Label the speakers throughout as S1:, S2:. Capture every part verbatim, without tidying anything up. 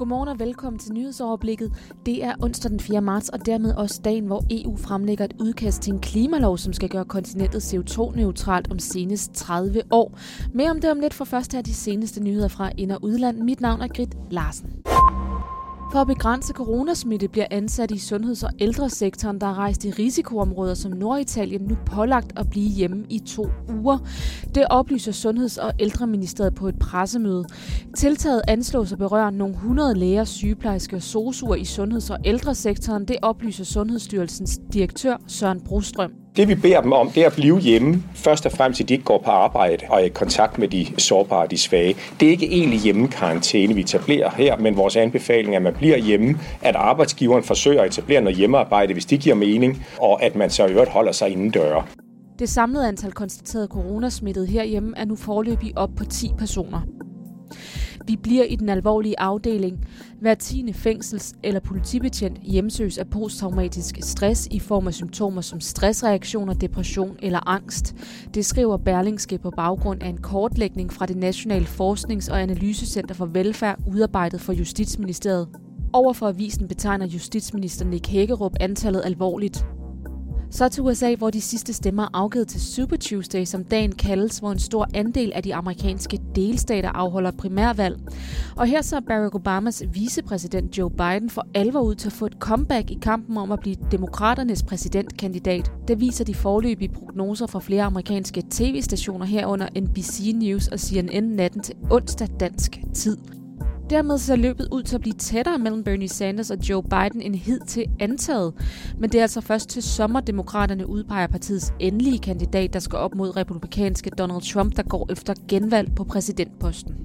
S1: Godmorgen og velkommen til nyhedsoverblikket. Det er onsdag den fjerde marts og dermed også dagen, hvor E U fremlægger et udkast til en klimalov, som skal gøre kontinentet C O to neutralt om senest tredive år. Mere om det om lidt, for først her de seneste nyheder fra ind- og udland. Mit navn er Grit Larsen. For at begrænse coronasmitte bliver ansatte i sundheds- og ældresektoren, der er rejst i risikoområder som Norditalien, nu pålagt at blive hjemme i to uger. Det oplyser Sundheds- og Ældreministeriet på et pressemøde. Tiltaget anslås at berøre nogle hundrede læger, sygeplejersker og sosuer i sundheds- og ældresektoren. Det oplyser Sundhedsstyrelsens direktør Søren Brostrøm.
S2: Det vi beder dem om, det er at blive hjemme, først og fremmest at de ikke går på arbejde og er i kontakt med de sårbare og de svage. Det er ikke egentlig hjemmekarantæne, vi etablerer her, men vores anbefaling er, at man bliver hjemme, at arbejdsgiveren forsøger at etablere noget hjemmearbejde, hvis det giver mening, og at man så i øvrigt holder sig indendøre.
S1: Det samlede antal konstaterede coronasmittede herhjemme er nu foreløbig op på ti personer. Vi bliver i den alvorlige afdeling. Hver tiende fængsels- eller politibetjent hjemsøges af posttraumatisk stress i form af symptomer som stressreaktioner, depression eller angst. Det skriver Berlingske på baggrund af en kortlægning fra det Nationale Forsknings- og Analysecenter for Velfærd, udarbejdet for Justitsministeriet. Overfor avisen betegner justitsminister Nick Hækkerup antallet alvorligt. Så til U S A, hvor de sidste stemmer er afgivet til Super Tuesday, som dagen kaldes, hvor en stor andel af de amerikanske delstater afholder primærvalg. Og her så er Barack Obamas vicepræsident Joe Biden for alvor ud til at få et comeback i kampen om at blive demokraternes præsidentkandidat. Det viser de foreløbige prognoser fra flere amerikanske tv-stationer herunder N B C News og C N N natten til onsdag dansk tid. Dermed ser løbet ud til at blive tættere mellem Bernie Sanders og Joe Biden end hidtil antaget. Men det er altså først til sommer, demokraterne udpeger partiets endelige kandidat, der skal op mod republikanske Donald Trump, der går efter genvalg på præsidentposten.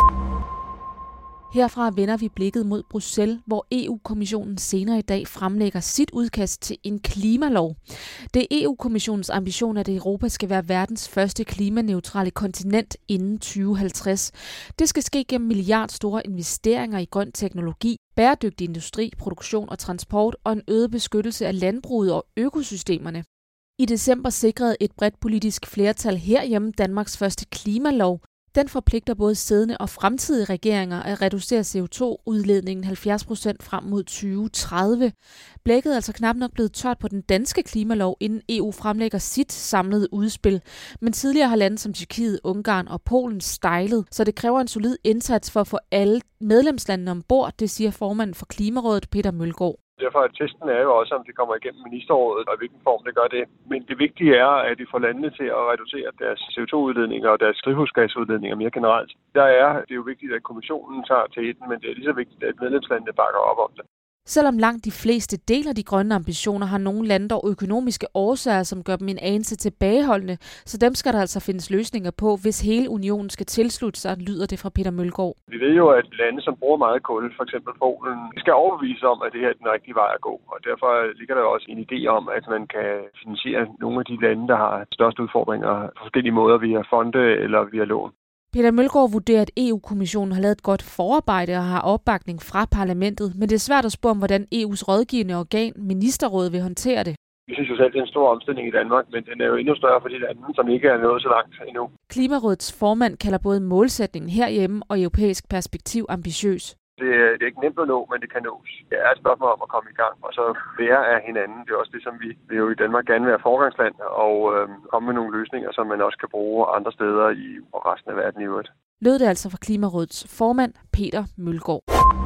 S1: Herfra vender vi blikket mod Bruxelles, hvor E U-kommissionen senere i dag fremlægger sit udkast til en klimalov. Det er E U-kommissionens ambition, at Europa skal være verdens første klimaneutrale kontinent inden tyve halvtreds. Det skal ske gennem milliardstore investeringer i grøn teknologi, bæredygtig industri, produktion og transport og en øget beskyttelse af landbruget og økosystemerne. I december sikrede et bredt politisk flertal herhjemme Danmarks første klimalov. Den forpligter både siddende og fremtidige regeringer at reducere C O to udledningen halvfjerds procent frem mod tyve tredive. Blækket er altså knap nok blevet tørt på den danske klimalov, inden E U fremlægger sit samlede udspil. Men tidligere har lande som Tjekkiet, Ungarn og Polen stejlet, så det kræver en solid indsats for at få alle medlemslandene ombord, det siger formanden for Klimarådet Peter Mølgaard.
S3: Derfor er testen er jo også, om det kommer igennem ministerrådet, og i hvilken form det gør det. Men det vigtige er, at de får landene til at reducere deres C O to udledninger og deres drivhusgasudledninger mere generelt. Der er det er jo vigtigt, at kommissionen tager til den, men det er lige så vigtigt, at medlemslandene bakker op om det.
S1: Selvom langt de fleste deler de grønne ambitioner, har nogle lande dog økonomiske årsager, som gør dem en anelse tilbageholdende, så dem skal der altså findes løsninger på, hvis hele unionen skal tilslutte sig, lyder det fra Peter Mølgaard.
S3: Vi ved jo, at lande, som bruger meget kul, f.eks. Polen, skal overbevise om, at det her er den rigtige vej at gå. Og derfor ligger der også en idé om, at man kan finansiere nogle af de lande, der har største udfordringer på forskellige måder via fonde eller via lån.
S1: Peter Mølgaard vurderer, at E U-kommissionen har lavet et godt forarbejde og har opbakning fra parlamentet, men det er svært at spå om, hvordan E U's rådgivende organ, ministerrådet, vil håndtere det.
S3: Vi synes jo selv, det er en stor omstilling i Danmark, men den er jo endnu større for de lande, som ikke er nået så langt endnu.
S1: Klimarådets formand kalder både målsætningen herhjemme og europæisk perspektiv ambitiøs.
S3: Det er, det er ikke nemt at nå, men det kan nås. Det er et spørgsmål om at komme i gang, og så lære af hinanden. Det er også det, som vi vil jo i Danmark gerne være forgangsland og øh, komme med nogle løsninger, som man også kan bruge andre steder i og resten af verden i øvrigt.
S1: Lød det altså fra Klimarådets formand Peter Mølgaard.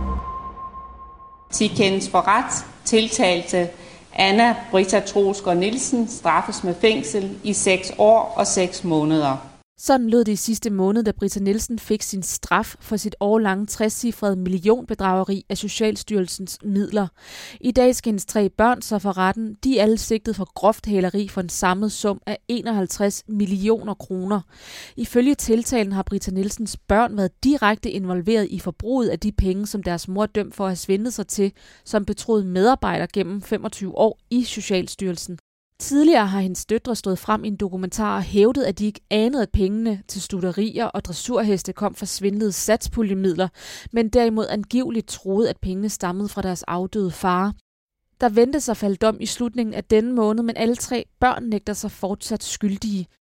S4: Ti kendes for ret. Tiltalte Anna Britta Troelsgaard Nielsen straffes med fængsel i seks år og seks måneder.
S1: Sådan lød det i sidste måned, da Britta Nielsen fik sin straf for sit årlange trecifrede millionbedrageri af Socialstyrelsens midler. I dag skal hendes tre børn så for retten. De er alle sigtet for groft hæleri for en samlet sum af enoghalvtreds millioner kroner. Ifølge tiltalen har Britta Nielsens børn været direkte involveret i forbruget af de penge, som deres mor er dømt for at have svindlet sig til som betroet medarbejder gennem femogtyve år i Socialstyrelsen. Tidligere har hendes døtre stået frem i en dokumentar og hævdet, at de ikke anede, at pengene til stutterier og dressurheste kom fra svindlede satspuljemidler, men derimod angiveligt troede, at pengene stammede fra deres afdøde far. Der ventes at falde dom i slutningen af denne måned, men alle tre børn nægter sig fortsat skyldige.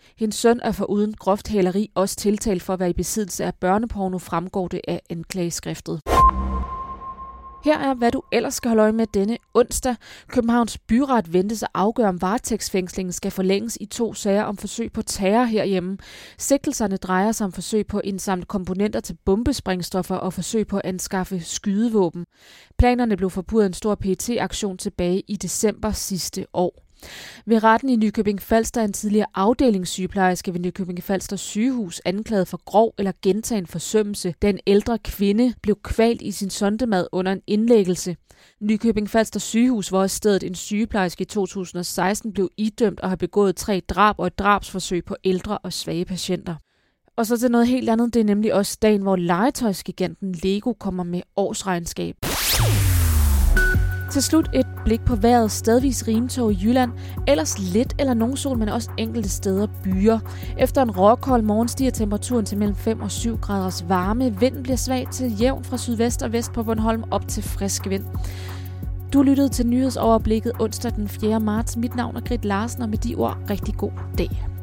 S1: Hendes søn er foruden groft hæleri også tiltalt for at være i besiddelse af børneporno, fremgår det af anklageskriftet. Her er, hvad du ellers skal holde øje med denne onsdag. Københavns Byret ventes at afgøre, om varetægtsfængslingen skal forlænges i to sager om forsøg på terror herhjemme. Sigtelserne drejer sig om forsøg på at indsamle komponenter til bombesprængstoffer og forsøg på at anskaffe skydevåben. Planerne blev forpurret en stor P E T-aktion tilbage i december sidste år. Ved retten i Nykøbing Falster er en tidligere afdelingssygeplejerske ved Nykøbing Falster sygehus anklaget for grov eller gentagen forsømmelse, da en ældre kvinde blev kvalt i sin sondemad under en indlæggelse. Nykøbing Falster sygehus, hvor i stedet en sygeplejerske i to tusind og seksten blev idømt og har begået tre drab og et drabsforsøg på ældre og svage patienter. Og så til noget helt andet, det er nemlig også dagen, hvor legetøjsgiganten Lego kommer med årsregnskab. Til slut et blik på vejret. Stedvis regntog i Jylland. Ellers lidt eller nogen sol, men også enkelte steder byer. Efter en råkold morgen stiger temperaturen til mellem fem og syv graders varme. Vinden bliver svag til jævn fra sydvest og vest på Bornholm op til frisk vind. Du lyttede til nyhedsoverblikket onsdag den fjerde marts. Mit navn er Grit Larsen, og med de ord rigtig god dag.